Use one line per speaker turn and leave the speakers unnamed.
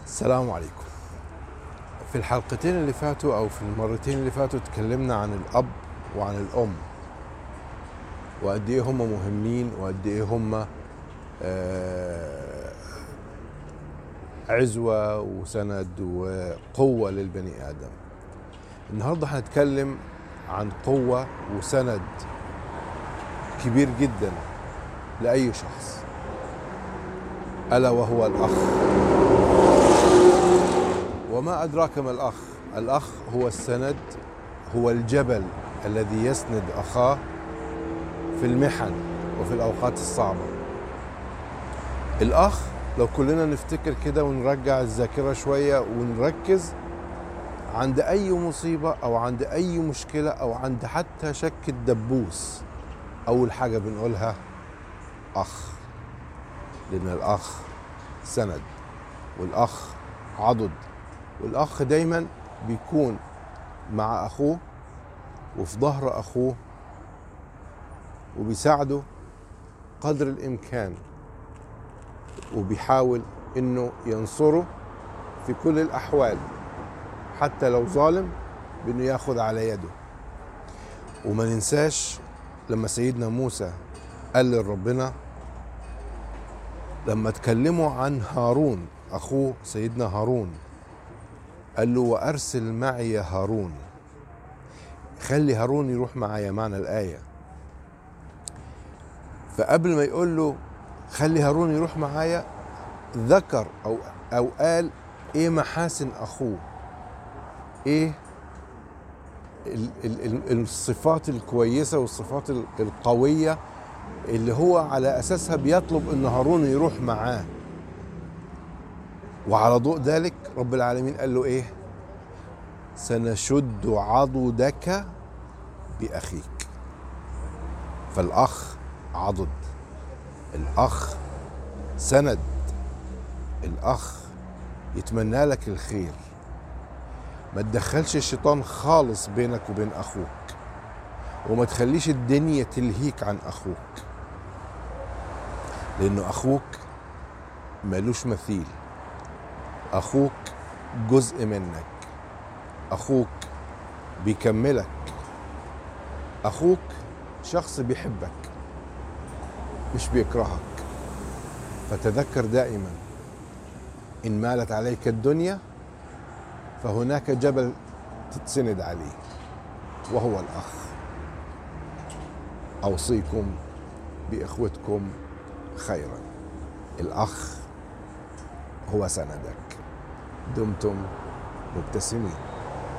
السلام عليكم. في الحلقتين اللي فاتوا أو في المرتين اللي فاتوا تكلمنا عن الأب وعن الأم، وقد إيه هم مهمين وقد إيه هم عزوة وسند وقوة للبني آدم. النهاردة هنتكلم عن قوة وسند كبير جدا لأي شخص، ألا وهو الأخ. وما أدراك ما الأخ؟ الأخ هو السند، هو الجبل الذي يسند أخاه في المحن وفي الأوقات الصعبة. الأخ لو كلنا نفتكر كده ونرجع الذاكرة شوية ونركز عند أي مصيبة أو عند أي مشكلة أو عند حتى شك الدبوس، أول حاجة بنقولها أخ، لأن الأخ سند والأخ عضد، والأخ دايما بيكون مع أخوه وفي ظهر أخوه وبيساعده قدر الإمكان، وبيحاول إنه ينصره في كل الأحوال، حتى لو ظالم بإنه ياخد على يده. وما ننساش لما سيدنا موسى قال لربنا لما تكلموا عن هارون أخوه سيدنا هارون، قال له وأرسل معي هارون، خلي هارون يروح معايا، معنى الآية. فقبل ما يقول له خلي هارون يروح معايا ذكر أو قال إيه محاسن أخوه، إيه الصفات الكويسة والصفات القوية اللي هو على أساسها بيطلب إن هارون يروح معاه. وعلى ضوء ذلك رب العالمين قال له إيه؟ سنشد عضدك بأخيك. فالأخ عضد، الأخ سند، الأخ يتمنى لك الخير. ما تدخلش الشيطان خالص بينك وبين أخوك، وما تخليش الدنيا تلهيك عن أخوك، لأنه أخوك مالوش مثيل، أخوك جزء منك، أخوك بيكملك، أخوك شخص بيحبك مش بيكرهك. فتذكر دائما إن مالت عليك الدنيا فهناك جبل تتسند عليه وهو الأخ. أوصيكم بإخوتكم خيرا، الأخ هو سندك. دمتم مبتسمين.